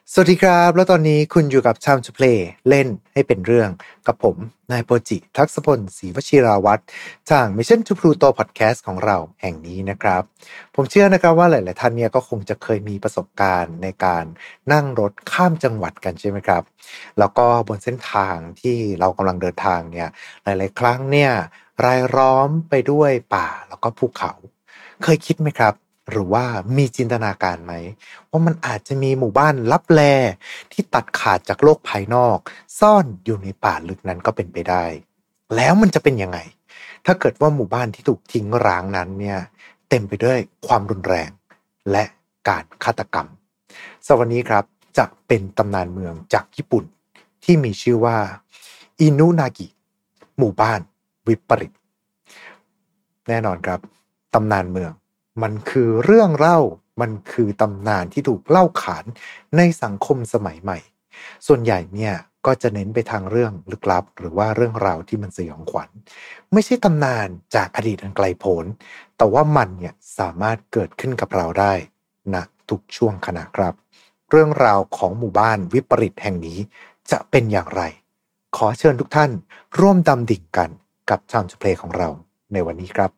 สวัสดีครับแล้วตอนนี้คุณอยู่กับ Time to Play เล่นให้เป็นเรื่องกับผมนายโปจิทักษพลศรีวชิราวัฒน์ทาง Mission to Pluto Podcast ของเราแห่งนี้นะครับผมเชื่อนะครับว่าหลายๆท่านเนี่ยก็คงจะเคยมีประสบการณ์ในการนั่งรถข้ามจังหวัดกันใช่ไหมครับแล้วก็บนเส้นทางที่เรากำลังเดินทางเนี่ยหลายๆครั้งเนี่ยรายล้อมไปด้วยป่าแล้วก็ภูเขาเคยคิดไหมครับหรือว่ามีจินตนาการไหมว่ามันอาจจะมีหมู่บ้านลับแลที่ตัดขาดจากโลกภายนอกซ่อนอยู่ในป่าลึกนั้นก็เป็นไปได้แล้วมันจะเป็นยังไงถ้าเกิดว่าหมู่บ้านที่ถูกทิ้งร้างนั้นเนี่ยเต็มไปด้วยความรุนแรงและการฆาตกรรมวันนี้ครับจะเป็นตำนานเมืองจากญี่ปุ่นที่มีชื่อว่าอินุนากิหมู่บ้านวิปริตแน่นอนครับตำนานเมืองมันคือเรื่องเล่ามันคือตำนานที่ถูกเล่าขานในสังคมสมัยใหม่ส่วนใหญ่เนี่ยก็จะเน้นไปทางเรื่องลึกลับหรือว่าเรื่องราวที่มันสยองขวัญไม่ใช่ตำนานจากอดีตอันไกลโพ้นแต่ว่ามันเนี่ยสามารถเกิดขึ้นกับเราได้ณทุกช่วงขณะครับเรื่องราวของหมู่บ้านวิปริตแห่งนี้จะเป็นอย่างไรขอเชิญทุกท่านร่วมดำดิ่งกันกับ Time to Play ของเราในวันนี้ครับ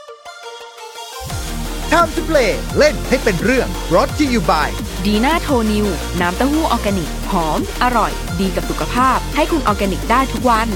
Time to Play เล่นให้เป็นเรื่อง brought to you by ดีน่าโทนิวน้ำเต้าหู้ออร์แกนิกหอมอร่อยดีกับสุขภาพให้คุณออร์แกนิกได้ทุกวัน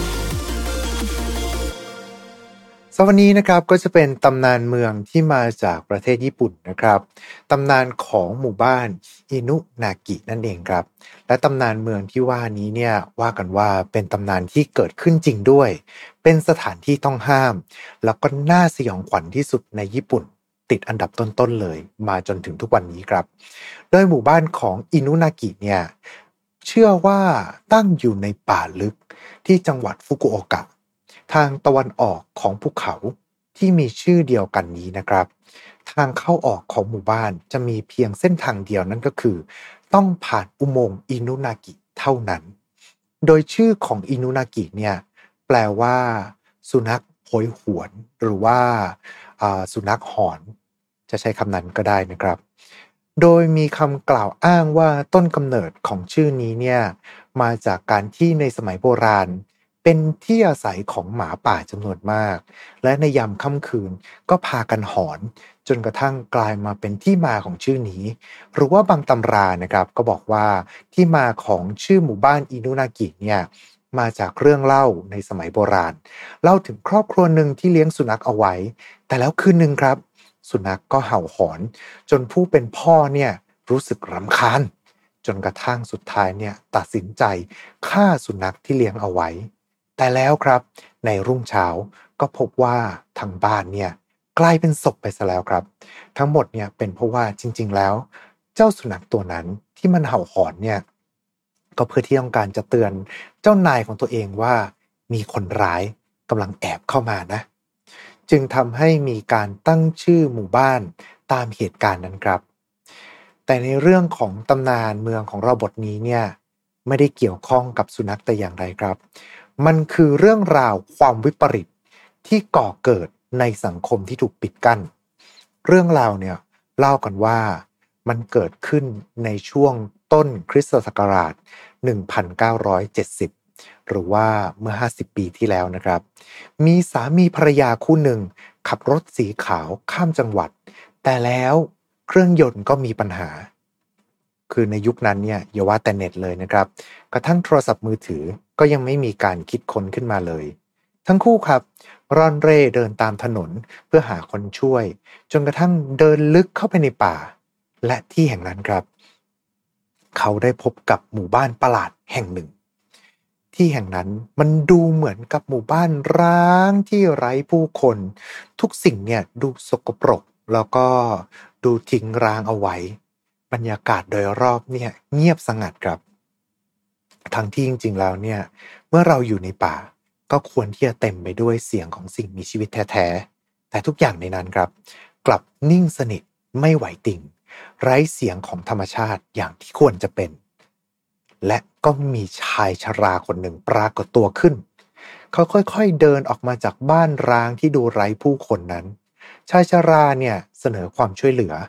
วันนี้นะครับก็จะเป็นตำนานเมืองที่มาจากประเทศญี่ปุ่นนะครับตำนานของหมู่บ้านอินุนากินั่นเองครับและตำนานเมืองที่ว่านี้เนี่ยว่ากันว่าเป็นตำนานที่เกิดขึ้นจริงด้วยเป็นสถานที่ต้องห้ามแล้วก็น่าสยองขวัญที่สุดในญี่ปุ่นติดอันดับต้นๆเลยมาจนถึงทุกวันนี้ครับโดยหมู่บ้านของอินุนากิเนี่ยเชื่อว่าตั้งอยู่ในป่าลึกที่จังหวัดฟุกุโอกะทางตะวันออกของภูเขาที่มีชื่อเดียวกันนี้นะครับทางเข้าออกของหมู่บ้านจะมีเพียงเส้นทางเดียวนั่นก็คือต้องผ่านอุโมงค์อินุนากิเท่านั้นโดยชื่อของอินุนากิเนี่ยแปลว่าสุนัขโหยหวนหรือว่าสุนัขหอนจะใช้คำนั้นก็ได้นะครับโดยมีคำกล่าวอ้างว่าต้นกำเนิดของชื่อนี้เนี่ยมาจากการที่ในสมัยโบราณเป็นที่อาศัยของหมาป่าจำนวนมากและในยามค่ำคืนก็พากันหอนจนกระทั่งกลายมาเป็นที่มาของชื่อนี้หรือว่าบางตำรานะครับก็บอกว่าที่มาของชื่อหมู่บ้านอินุนากิเนี่ยมาจากเรื่องเล่าในสมัยโบราณเล่าถึงครอบครัวหนึ่งที่เลี้ยงสุนัขเอาไว้แต่แล้วคืนหนึ่งครับสุนัขก็เห่าหอนจนผู้เป็นพ่อเนี่ยรู้สึกรำคาญจนกระทั่งสุดท้ายเนี่ยตัดสินใจฆ่าสุนัขที่เลี้ยงเอาไว้แต่แล้วครับในรุ่งเช้าก็พบว่าทางบ้านเนี่ยกลายเป็นศพไปซะแล้วครับทั้งหมดเนี่ยเป็นเพราะว่าจริงๆแล้วเจ้าสุนัขตัวนั้นที่มันเห่าหอนเนี่ยก็เพื่อที่ต้องการจะเตือนเจ้านายของตัวเองว่ามีคนร้ายกำลังแอบเข้ามานะจึงทำให้มีการตั้งชื่อหมู่บ้านตามเหตุการณ์นั้นครับแต่ในเรื่องของตำนานเมืองของเราบทนี้เนี่ยไม่ได้เกี่ยวข้องกับสุนัขแต่อย่างใดครับมันคือเรื่องราวความวิปริตที่ก่อเกิดในสังคมที่ถูกปิดกั้นเรื่องราวเนี่ยเล่ากันว่ามันเกิดขึ้นในช่วงต้นคริสตศักราช 1970 หรือว่าเมื่อ50 ปีที่แล้วนะครับมีสามีภรรยาคู่หนึ่งขับรถสีขาวข้ามจังหวัดแต่แล้วเครื่องยนต์ก็มีปัญหาคือในยุคนั้นเนี่ยอย่าว่าแต่เน็ตเลยนะครับกระทั่งโทรศัพท์มือถือก็ยังไม่มีการคิดค้นขึ้นมาเลยทั้งคู่ครับร่อนเร่เดินตามถนนเพื่อหาคนช่วยจนกระทั่งเดินลึกเข้าไปในป่าและที่แห่งนั้นครับเขาได้พบกับหมู่บ้านประหลาดแห่งหนึ่งที่แห่งนั้นมันดูเหมือนกับหมู่บ้านร้างที่ไร้ผู้คนทุกสิ่งเนี่ยดูสกปรกแล้วก็ดูทิ้งร้างเอาไว้บรรยากาศโดยรอบเนี่ยเงียบสงัดครับทั้งที่จริงๆแล้วเนี่ยเมื่อเราอยู่ในป่าก็ควรที่จะเต็มไปด้วยเสียงของสิ่งมีชีวิตแท้ๆแต่ทุกอย่างในนั้นครับกลับนิ่งสนิทไม่ไหวติงไร้เสียงของธรรมชาติอย่างที่ควรจะเป็นและก็มีชายชราคนหนึ่งปรากฏตัวขึ้นเขาค่อยๆเดินออกมาจากบ้านร้างที่ดูไร้ผู้คนนั้นชายชราเนี่ยเสนอความช่วยเหลือ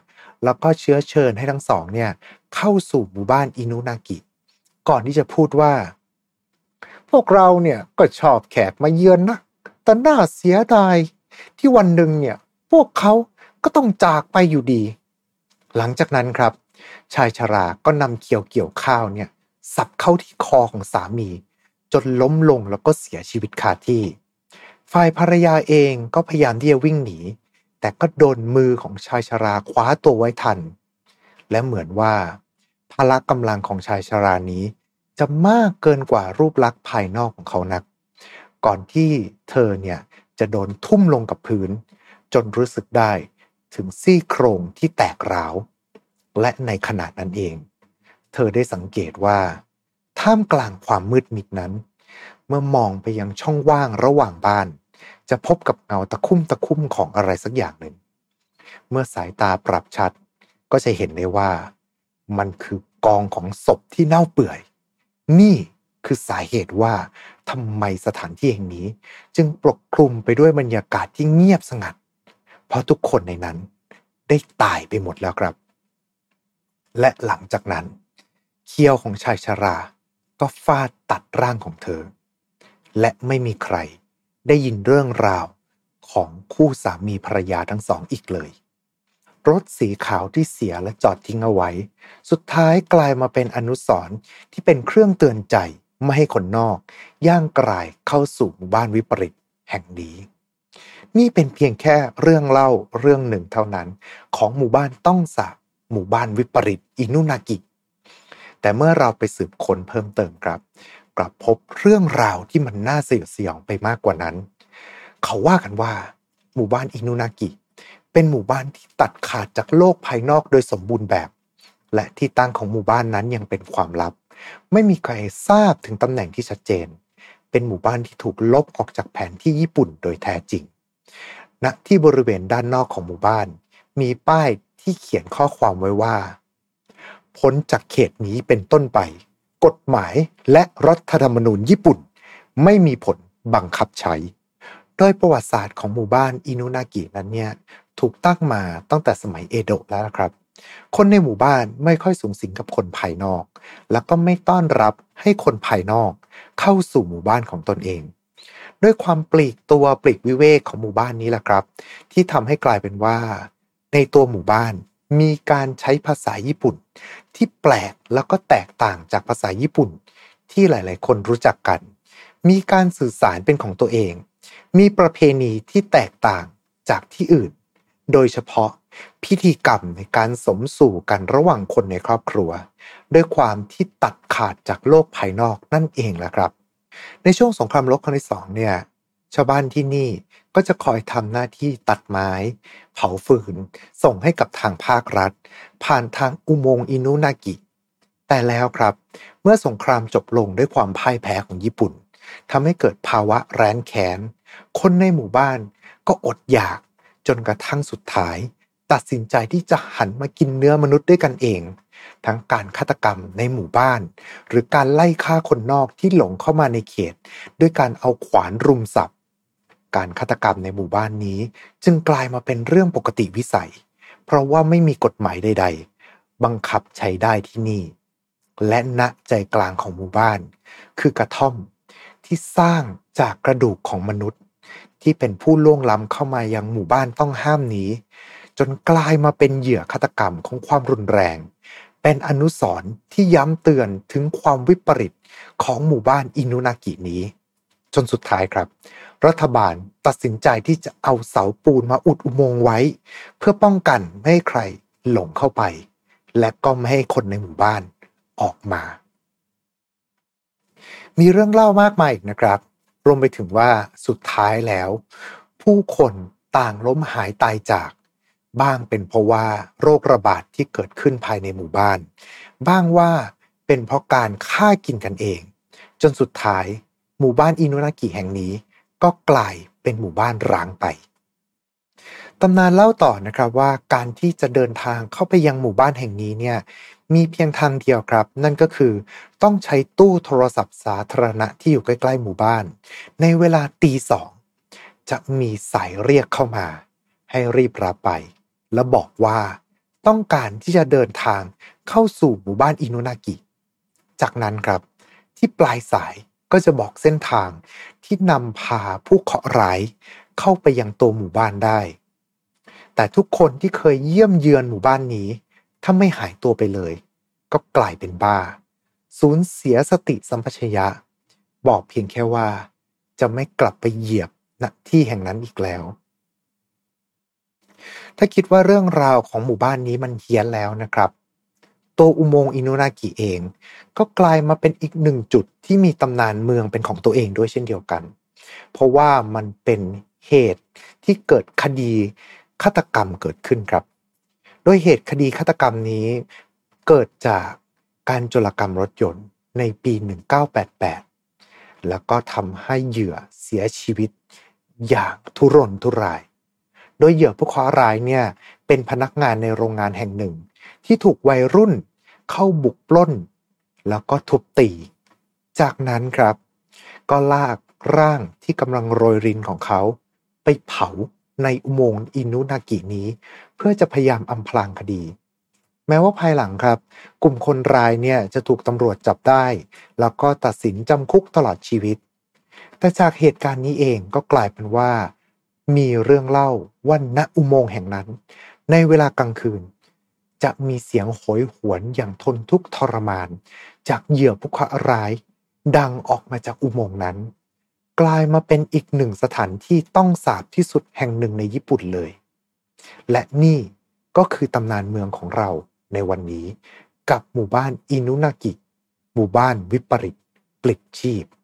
แล้วก็เชื้อเชิญให้ทั้งสองเนี่ยเข้าสู่หมู่บ้านอินุนากิก่อนที่จะพูดว่าพวกเราเนี่ยก็ชอบแขกมาเยือนนะแต่น่าเสียดายที่วันหนึ่งเนี่ยพวกเขาก็ต้องจากไปอยู่ดีหลังจากนั้นครับชายชราก็นำเขียวเกี่ยวข้าวเนี่ยสับเข้าที่คอของสามีจนล้มลงแล้วก็เสียชีวิตคาที่ฝ่ายภรรยาเองก็พยายามที่จะวิ่งหนีแต่ก็โดนมือของชายชราคว้าตัวไว้ทันและเหมือนว่าพละกำลังของชายชรานี้จะมากเกินกว่ารูปลักษณ์ภายนอกของเขานักก่อนที่เธอเนี่ยจะโดนทุ่มลงกับพื้นจนรู้สึกได้ถึงซี่โครงที่แตกร้าวและในขณะนั้นเองเธอได้สังเกตว่าท่ามกลางความมืดมิดนั้นเมื่อมองไปยังช่องว่างระหว่างบ้านจะพบกับเงาตะคุ่มของอะไรสักอย่างหนึ่งเมื่อสายตาปรับชัดก็จะเห็นได้ว่ามันคือกองของศพที่เน่าเปื่อยนี่คือสาเหตุว่าทำไมสถานที่แห่งนี้จึงปกคลุมไปด้วยบรรยากาศที่เงียบสงัดเพราะทุกคนในนั้นได้ตายไปหมดแล้วครับและหลังจากนั้นเขี้ยวของชายชราก็ฟาดตัดร่างของเธอและไม่มีใครได้ยินเรื่องราวของคู่สามีภรรยาทั้งสองอีกเลยรถสีขาวที่เสียและจอดทิ้งเอาไว้สุดท้ายกลายมาเป็นอนุสรณ์ที่เป็นเครื่องเตือนใจไม่ให้คนนอกย่างกรายเข้าสู่หมู่บ้านวิปริตแห่งนี้นี่เป็นเพียงแค่เรื่องเล่าเรื่องหนึ่งเท่านั้นของหมู่บ้านต้องสาบหมู่บ้านวิปริตอินุนากิแต่เมื่อเราไปสืบค้นเพิ่มเติมครับกลับพบเรื่องราวที่มันน่าสยดสยองไปมากกว่านั้นเขาว่ากันว่าหมู่บ้านอินุนากิเป็นหมู่บ้านที่ตัดขาดจากโลกภายนอกโดยสมบูรณ์แบบและที่ตั้งของหมู่บ้านนั้นยังเป็นความลับไม่มีใครทราบถึงตำแหน่งที่ชัดเจนเป็นหมู่บ้านที่ถูกลบออกจากแผนที่ญี่ปุ่นโดยแท้จริงณที่บริเวณด้านนอกของหมู่บ้านมีป้ายที่เขียนข้อความไว้ว่าพ้นจากเขตนี้เป็นต้นไปกฎหมายและรัฐธรรมนูญญี่ปุ่นไม่มีผลบังคับใช้โดยประวัติศาสตร์ของหมู่บ้านอินุนากินั้นเนี่ยถูกตั้งมาตั้งแต่สมัยเอโดะแล้วนะครับคนในหมู่บ้านไม่ค่อยสุงสิงกับคนภายนอกแล้วก็ไม่ต้อนรับให้คนภายนอกเข้าสู่หมู่บ้านของตนเองด้วยความปลีกตัวปลีกวิเวกของหมู่บ้านนี้แหละครับที่ทำให้กลายเป็นว่าในตัวหมู่บ้านมีการใช้ภาษาญี่ปุ่นที่แปลกแล้วก็แตกต่างจากภาษาญี่ปุ่นที่หลายๆคนรู้จักกันมีการสื่อสารเป็นของตัวเองมีประเพณีที่แตกต่างจากที่อื่นโดยเฉพาะพิธีกรรมในการสมสู่กันระหว่างคนในครอบครัวด้วยความที่ตัดขาดจากโลกภายนอกนั่นเองแหละครับในช่วงสงครามโลกครั้งที่2เนี่ยชาวบ้านที่นี่ก็จะคอยทำหน้าที่ตัดไม้เผาฟืนส่งให้กับทางภาครัฐผ่านทางอุโมงค์อินุนากิแต่แล้วครับเมื่อสงครามจบลงด้วยความพ่ายแพ้ของญี่ปุ่นทำให้เกิดภาวะแร้นแค้นคนในหมู่บ้านก็อดอยากจนกระทั่งสุดท้ายตัดสินใจที่จะหันมากินเนื้อมนุษย์ด้วยกันเองทั้งการฆาตกรรมในหมู่บ้านหรือการไล่ฆ่าคนนอกที่หลงเข้ามาในเขตด้วยการเอาขวานรุมสับการฆาตกรรมในหมู่บ้านนี้จึงกลายมาเป็นเรื่องปกติวิสัยเพราะว่าไม่มีกฎหมายใดๆบังคับใช้ได้ที่นี่และณใจกลางของหมู่บ้านคือกระท่อมที่สร้างจากกระดูกของมนุษย์ที่เป็นผู้ล่วงล้ำเข้ามายังหมู่บ้านต้องห้ามนี้จนกลายมาเป็นเหยื่อฆาตกรรมของความรุนแรงเป็นอนุสรณ์ที่ย้ำเตือนถึงความวิปริตของหมู่บ้านอินุนากินี้จนสุดท้ายครับรัฐบาลตัดสินใจที่จะเอาเสาปูนมาอุดอุโมงค์ไว้เพื่อป้องกันไม่ให้ใครหลงเข้าไปและก็ไม่ให้คนในหมู่บ้านออกมามีเรื่องเล่ามากมายอีกนะครับรวมไปถึงว่าสุดท้ายแล้วผู้คนต่างล้มหายตายจากบ้างเป็นเพราะว่าโรคระบาดที่เกิดขึ้นภายในหมู่บ้านบ้างว่าเป็นเพราะการฆ่ากินกันเองจนสุดท้ายหมู่บ้านอินุนากิแห่งนี้ก็กลายเป็นหมู่บ้านร้างไปตำนานเล่าต่อนะครับว่าการที่จะเดินทางเข้าไปยังหมู่บ้านแห่งนี้เนี่ยมีเพียงทางเดียวครับนั่นก็คือต้องใช้ตู้โทรศัพท์สาธารณะที่อยู่ใกล้ๆหมู่บ้านในเวลา 2:00 จะมีสายเรียกเข้ามาให้รีบรับไปและบอกว่าต้องการที่จะเดินทางเข้าสู่หมู่บ้านอินุนากิจากนั้นครับที่ปลายสายก็จะบอกเส้นทางที่นำพาผู้เคราะห์ร้ายเข้าไปยังตัวหมู่บ้านได้แต่ทุกคนที่เคยเยี่ยมเยือนหมู่บ้านนี้ถ้าไม่หายตัวไปเลยก็กลายเป็นบ้าสูญเสียสติสัมปชัญญะบอกเพียงแค่ว่าจะไม่กลับไปเหยียบณที่แห่งนั้นอีกแล้วถ้าคิดว่าเรื่องราวของหมู่บ้านนี้มันเฮี้ยนแล้วนะครับตัวอุโมงค์อินุนากิเองก็กลายมาเป็นอีกหนึ่งจุดที่มีตำนานเมืองเป็นของตัวเองด้วยเช่นเดียวกันเพราะว่ามันเป็นเหตุที่เกิดคดีฆาตกรรมเกิดขึ้นครับโดยเหตุคดีฆาตกรรมนี้เกิดจากการโจรกรรมรถยนต์ในปี 1988 แล้วก็ทำให้เหยื่อเสียชีวิตอย่างทุรนทุรายโดยเหยื่อผู้เคราะห์ร้ายเนี่ยเป็นพนักงานในโรงงานแห่งหนึ่งที่ถูกวัยรุ่นเข้าบุกปล้นแล้วก็ทุบตีจากนั้นครับก็ลากร่างที่กำลังโรยรินของเขาไปเผาในอุโมงค์อินุนากินี้เพื่อจะพยายามอำพรางคดีแม้ว่าภายหลังครับกลุ่มคนร้ายเนี่ยจะถูกตำรวจจับได้แล้วก็ตัดสินจำคุกตลอดชีวิตแต่จากเหตุการณ์นี้เองก็กลายเป็นว่ามีเรื่องเล่าว่าณอุโมงค์แห่งนั้นในเวลากลางคืนจะมีเสียงโหยหวนอย่างทนทุกข์ทรมานจากเหยื่อผู้เคราะห์ร้ายดังออกมาจากอุโมงค์นั้นกลายมาเป็นอีกหนึ่งสถานที่ต้องสาปที่สุดแห่งหนึ่งในญี่ปุ่นเลยและนี่ก็คือตำนานเมืองของเราในวันนี้กับหมู่บ้านอินุนากิหมู่บ้านวิปริตปลิดชีพ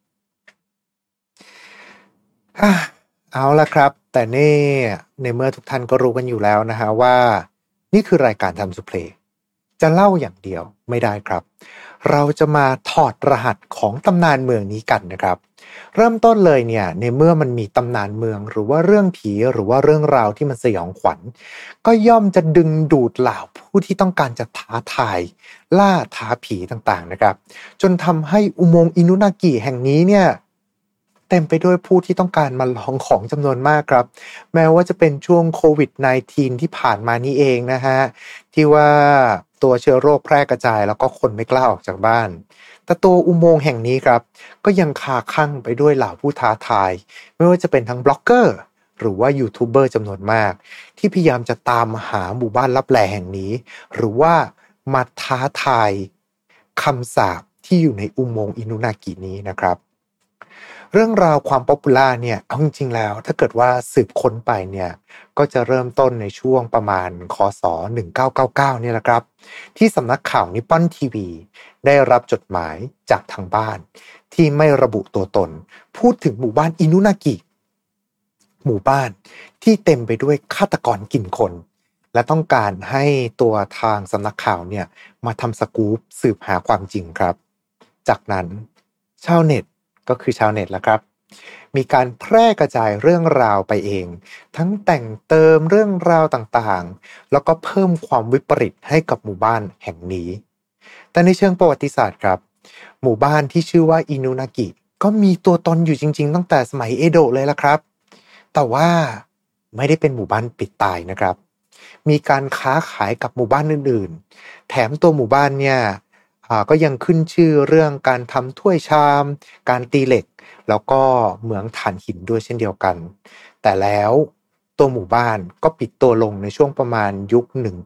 เอาละครับแต่นี่ในเมื่อทุกท่านก็รู้กันอยู่แล้วนะฮะว่านี่คือรายการ Time to Play จะเล่าอย่างเดียวไม่ได้ครับเราจะมาถอดรหัสของตำนานเมืองนี้กันนะครับเริ่มต้นเลยเนี่ยในเมื่อมันมีตำนานเมืองหรือว่าเรื่องผีหรือว่าเรื่องราวที่มันสยองขวัญก็ย่อมจะดึงดูดเหล่าผู้ที่ต้องการจะท้าทายล่าท้าผีต่างๆนะครับจนทำให้อุโมงค์อินุนากิแห่งนี้เนี่ยเต็มไปด้วยผู้ที่ต้องการมาลองของจำนวนมากครับแม้ว่าจะเป็นช่วงโควิด -19 ที่ผ่านมานี้เองนะฮะที่ว่าตัวเชื้อโรคแพร่กระจายแล้วก็คนไม่กล้าออกจากบ้านแต่ตัวอุโมงค์แห่งนี้ครับก็ยังคาคั่งไปด้วยเหล่าผู้ท้าทายไม่ว่าจะเป็นทั้งบล็อกเกอร์หรือว่ายูทูบเบอร์จำนวนมากที่พยายามจะตามหาหมู่บ้านลับแลแห่งนี้หรือว่ามาท้าทายคำสาปที่อยู่ในอุโมงค์อินุนากินี้นะครับเรื่องราวความป๊อปปูล่าเนี่ยเอาจริงๆแล้วถ้าเกิดว่าสืบค้นไปเนี่ยก็จะเริ่มต้นในช่วงประมาณคศ1999เนี่ยแหละครับที่สำนักข่าวนิปปอนทีวีได้รับจดหมายจากทางบ้านที่ไม่ระบุตัวตนพูดถึงหมู่บ้านอินุนากิหมู่บ้านที่เต็มไปด้วยฆาตกรกินคนและต้องการให้ตัวทางสำนักข่าวเนี่ยมาทำสกู๊ปสืบหาความจริงครับจากนั้นชาวเน็ตก็คือชาวเน็ตแล้วครับมีการแพร่กระจายเรื่องราวไปเองทั้งแต่งเติมเรื่องราวต่างๆแล้วก็เพิ่มความวิปริตให้กับหมู่บ้านแห่งนี้แต่ในเชิงประวัติศาสตร์ครับหมู่บ้านที่ชื่อว่าอินุนากิก็มีตัวตนอยู่จริงๆตั้งแต่สมัยเอโดะเลยละครับแต่ว่าไม่ได้เป็นหมู่บ้านปิดตายนะครับมีการค้าขายกับหมู่บ้านอื่นๆแถมตัวหมู่บ้านเนี่ยก็ยังขึ้นชื่อเรื่องการทำถ้วยชามการตีเหล็กแล้วก็เหมืองถ่านหินด้วยเช่นเดียวกันแต่แล้วตัวหมู่บ้านก็ปิดตัวลงในช่วงประมาณยุค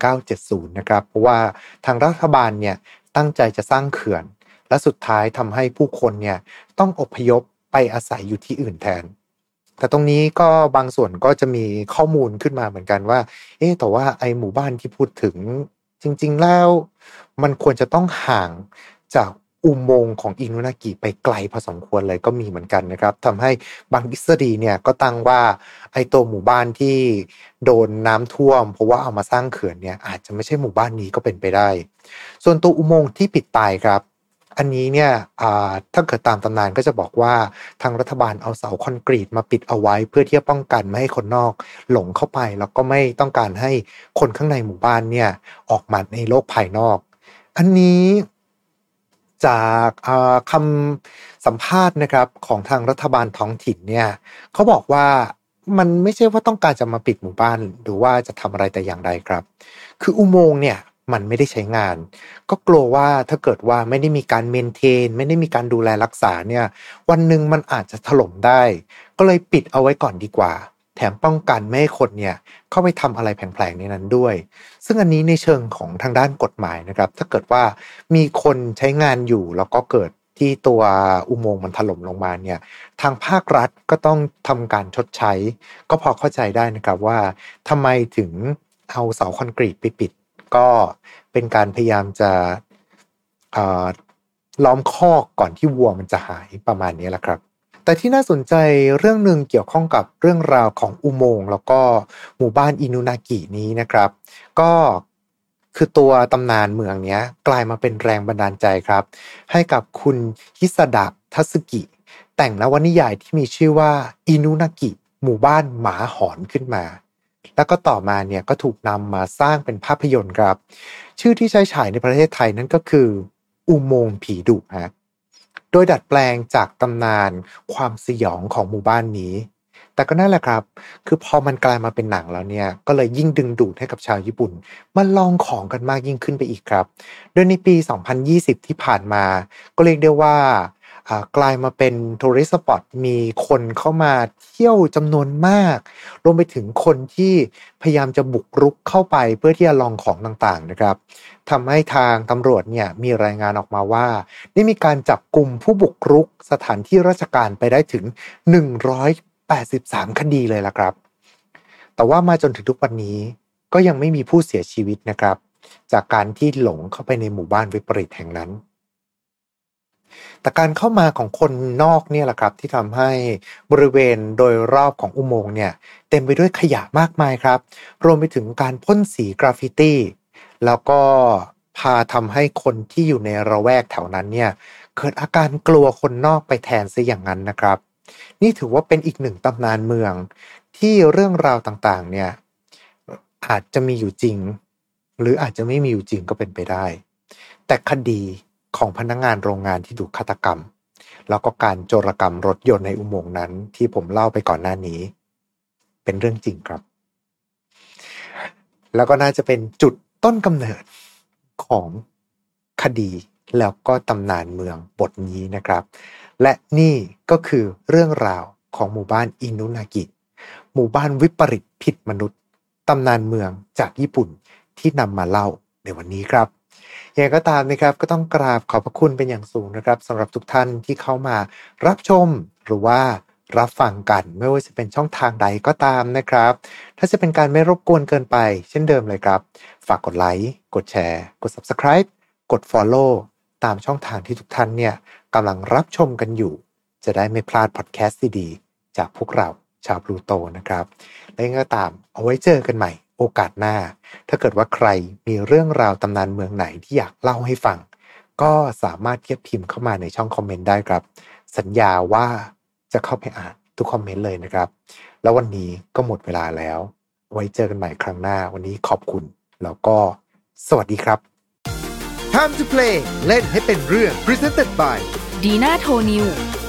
1970นะครับเพราะว่าทางรัฐบาลเนี่ยตั้งใจจะสร้างเขื่อนและสุดท้ายทำให้ผู้คนเนี่ยต้องอพยพไปอาศัยอยู่ที่อื่นแทนแต่ตรงนี้ก็บางส่วนก็จะมีข้อมูลขึ้นมาเหมือนกันว่าแต่ว่าไอ้หมู่บ้านที่พูดถึงจริงๆแล้วมันควรจะต้องห่างจากอุโมงค์ของอินุนากิไปไกลพอสมควรเลยก็มีเหมือนกันนะครับทำให้บางทฤษฎีเนี่ยก็ตั้งว่าไอ้ตัวหมู่บ้านที่โดนน้ำท่วมเพราะว่าเอามาสร้างเขื่อนเนี่ยอาจจะไม่ใช่หมู่บ้านนี้ก็เป็นไปได้ส่วนตัวอุโมงค์ที่ปิดตายครับอันนี้เนี่ยถ้าเกิดตามตำนานก็จะบอกว่าทางรัฐบาลเอาเสาคอนกรีตมาปิดเอาไว้เพื่อที่จะป้องกันไม่ให้คนนอกหลงเข้าไปแล้วก็ไม่ต้องการให้คนข้างในหมู่บ้านเนี่ยออกมาในโลกภายนอกอันนี้จากคำสัมภาษณ์นะครับของทางรัฐบาลท้องถิ่นเนี่ยเขาบอกว่ามันไม่ใช่ว่าต้องการจะมาปิดหมู่บ้านหรือว่าจะทำอะไรแต่อย่างใดครับคืออุโมงค์เนี่ยมันไม่ได้ใช้งานก็กลัวว่าถ้าเกิดว่าไม่ได้มีการเมนเทนไม่ได้มีการดูแลรักษาเนี่ยวันหนึ่งมันอาจจะถล่มได้ก็เลยปิดเอาไว้ก่อนดีกว่าแถมป้องกันไม่ให้คนเนี่ยเข้าไปทำอะไรแผลงๆในนั้นด้วยซึ่งอันนี้ในเชิงของทางด้านกฎหมายนะครับถ้าเกิดว่ามีคนใช้งานอยู่แล้วก็เกิดที่ตัวอุโมงค์มันถล่มลงมาเนี่ยทางภาครัฐก็ต้องทำการชดใช้ก็พอเข้าใจได้นะครับว่าทำไมถึงเอาเสาคอนกรีตไปปิดก็เป็นการพยายามจะล้อมคอกก่อนที่วัวมันจะหายประมาณนี้แหละครับแต่ที่น่าสนใจเรื่องนึงเกี่ยวข้องกับเรื่องราวของอุโมงค์แล้วก็หมู่บ้านอินุนากินี้นะครับก็คือตัวตำนานเมืองนี้กลายมาเป็นแรงบันดาลใจครับให้กับคุณฮิซาดะทัสึกิแต่งนวนิยายที่มีชื่อว่าอินุนากิหมู่บ้านหมาหอนขึ้นมาแล้วก็ต่อมาเนี่ยก็ถูกนำมาสร้างเป็นภาพยนตร์ครับชื่อที่ใช้ฉายในประเทศไทยนั่นก็คืออุโมงค์ผีดุฮะโดยดัดแปลงจากตำนานความสยองของหมู่บ้านนี้แต่ก็นั่นแหละครับคือพอมันกลายมาเป็นหนังแล้วเนี่ยก็เลยยิ่งดึงดูดให้กับชาวญี่ปุ่นมาลองของกันมากยิ่งขึ้นไปอีกครับโดยในปี 2020 ที่ผ่านมาก็เรียกได้ว่ากลายมาเป็นทัวริสต์สปอตมีคนเข้ามาเที่ยวจำนวนมากรวมไปถึงคนที่พยายามจะบุกรุกเข้าไปเพื่อที่จะลองของต่างๆนะครับทำให้ทางตำรวจเนี่ยมีรายงานออกมาว่าได้มีการจับกุมผู้บุกรุกสถานที่ราชการไปได้ถึง183 คดีเลยล่ะครับแต่ว่ามาจนถึงทุกวันนี้ก็ยังไม่มีผู้เสียชีวิตนะครับจากการที่หลงเข้าไปในหมู่บ้านวิปริตแห่งนั้นแต่การเข้ามาของคนนอกเนี่ยแหละครับที่ทำให้บริเวณโดยรอบของอุโมงค์เนี่ยเต็มไปด้วยขยะมากมายครับรวมไปถึงการพ่นสีกราฟฟิตี้แล้วก็พาทำให้คนที่อยู่ในระแวกแถวนั้นเนี่ยเกิดอาการกลัวคนนอกไปแทนซะอย่างนั้นนะครับนี่ถือว่าเป็นอีกหนึ่งตำนานเมืองที่เรื่องราวต่างๆเนี่ยอาจจะมีอยู่จริงหรืออาจจะไม่มีอยู่จริงก็เป็นไปได้แต่คดีของพนักงานโรงงานที่ถูกฆาตกรรมแล้วก็การโจรกรรมรถยนต์ในอุโมงค์นั้นที่ผมเล่าไปก่อนหน้านี้เป็นเรื่องจริงครับแล้วก็น่าจะเป็นจุดต้นกำเนิดของคดีแล้วก็ตำนานเมืองบทนี้นะครับและนี่ก็คือเรื่องราวของหมู่บ้านอินุนากิหมู่บ้านวิปริตผิดมนุษย์ตำนานเมืองจากญี่ปุ่นที่นำมาเล่าในวันนี้ครับอย่างก็ตามนะครับก็ต้องกราบขอบพระคุณเป็นอย่างสูงนะครับสำหรับทุกท่านที่เข้ามารับชมหรือว่ารับฟังกันไม่ว่าจะเป็นช่องทางใดก็ตามนะครับถ้าจะเป็นการไม่รบกวนเกินไปเช่นเดิมเลยครับฝากกดไลค์กดแชร์กด Subscribe กด Follow ตามช่องทางที่ทุกท่านเนี่ยกำลังรับชมกันอยู่จะได้ไม่พลาดพอดแคสต์ดีๆจากพวกเราชาวพลูโตนะครับและก็ตามเอาไว้เจอกันใหม่โอกาสหน้าถ้าเกิดว่าใครมีเรื่องราวตำนานเมืองไหนที่อยากเล่าให้ฟังก็สามารถเทียบพิมพ์เข้ามาในช่องคอมเมนต์ได้ครับสัญญาว่าจะเข้าไปอ่านทุกคอมเมนต์เลยนะครับแล้ววันนี้ก็หมดเวลาแล้วไว้เจอกันใหม่ครั้งหน้าวันนี้ขอบคุณแล้วก็สวัสดีครับ Time to play เล่นให้เป็นเรื่อง Presented by ดีน่าโทนิว